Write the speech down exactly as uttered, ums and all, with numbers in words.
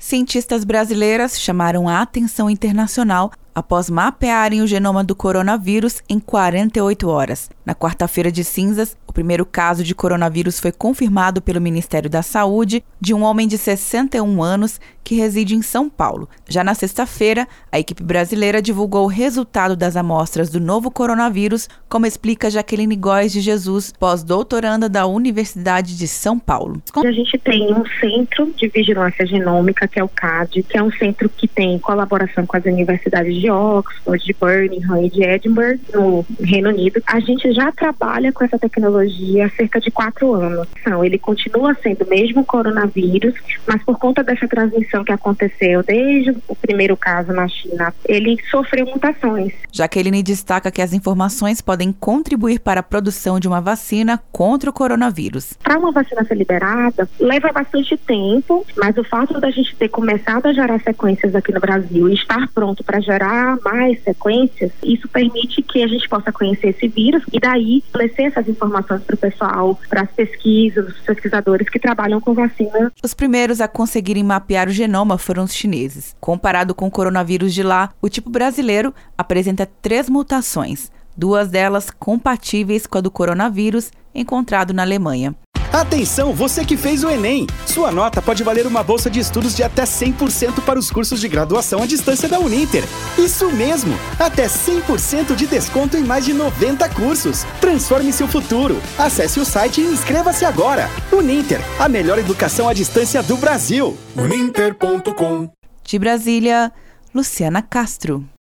Cientistas brasileiras chamaram a atenção internacional após mapearem o genoma do coronavírus em quarenta e oito horas. Na quarta-feira de cinzas, o primeiro caso de coronavírus foi confirmado pelo Ministério da Saúde de um homem de sessenta e um anos que reside em São Paulo. Já na sexta-feira, a equipe brasileira divulgou o resultado das amostras do novo coronavírus, como explica Jaqueline Góes de Jesus, pós-doutoranda da Universidade de São Paulo. A gente tem um centro de vigilância genômica, que é o C A D, que é um centro que tem colaboração com as universidades de Oxford, de Birmingham e de Edinburgh, no Reino Unido. A gente já trabalha com essa tecnologia há cerca de quatro anos. Então, ele continua sendo o mesmo coronavírus, mas por conta dessa transmissão que aconteceu desde o primeiro caso na China, ele sofreu mutações. Jaqueline destaca que as informações podem contribuir para a produção de uma vacina contra o coronavírus. Para uma vacina ser liberada, leva bastante tempo, mas o fato da gente ter começado a gerar sequências aqui no Brasil e estar pronto para gerar mais sequências, isso permite que a gente possa conhecer esse vírus e daí fornecer essas informações para o pessoal, para as pesquisas, os pesquisadores que trabalham com vacina. Os primeiros a conseguirem mapear o genoma foram os chineses. Comparado com o coronavírus de lá, o tipo brasileiro apresenta três mutações, duas delas compatíveis com a do coronavírus encontrado na Alemanha. Atenção, você que fez o Enem! Sua nota pode valer uma bolsa de estudos de até cem por cento para os cursos de graduação à distância da Uninter. Isso mesmo! Até cem por cento de desconto em mais de noventa cursos. Transforme seu futuro. Acesse o site e inscreva-se agora. Uninter, a melhor educação à distância do Brasil. uninter ponto com. De Brasília, Luciana Castro.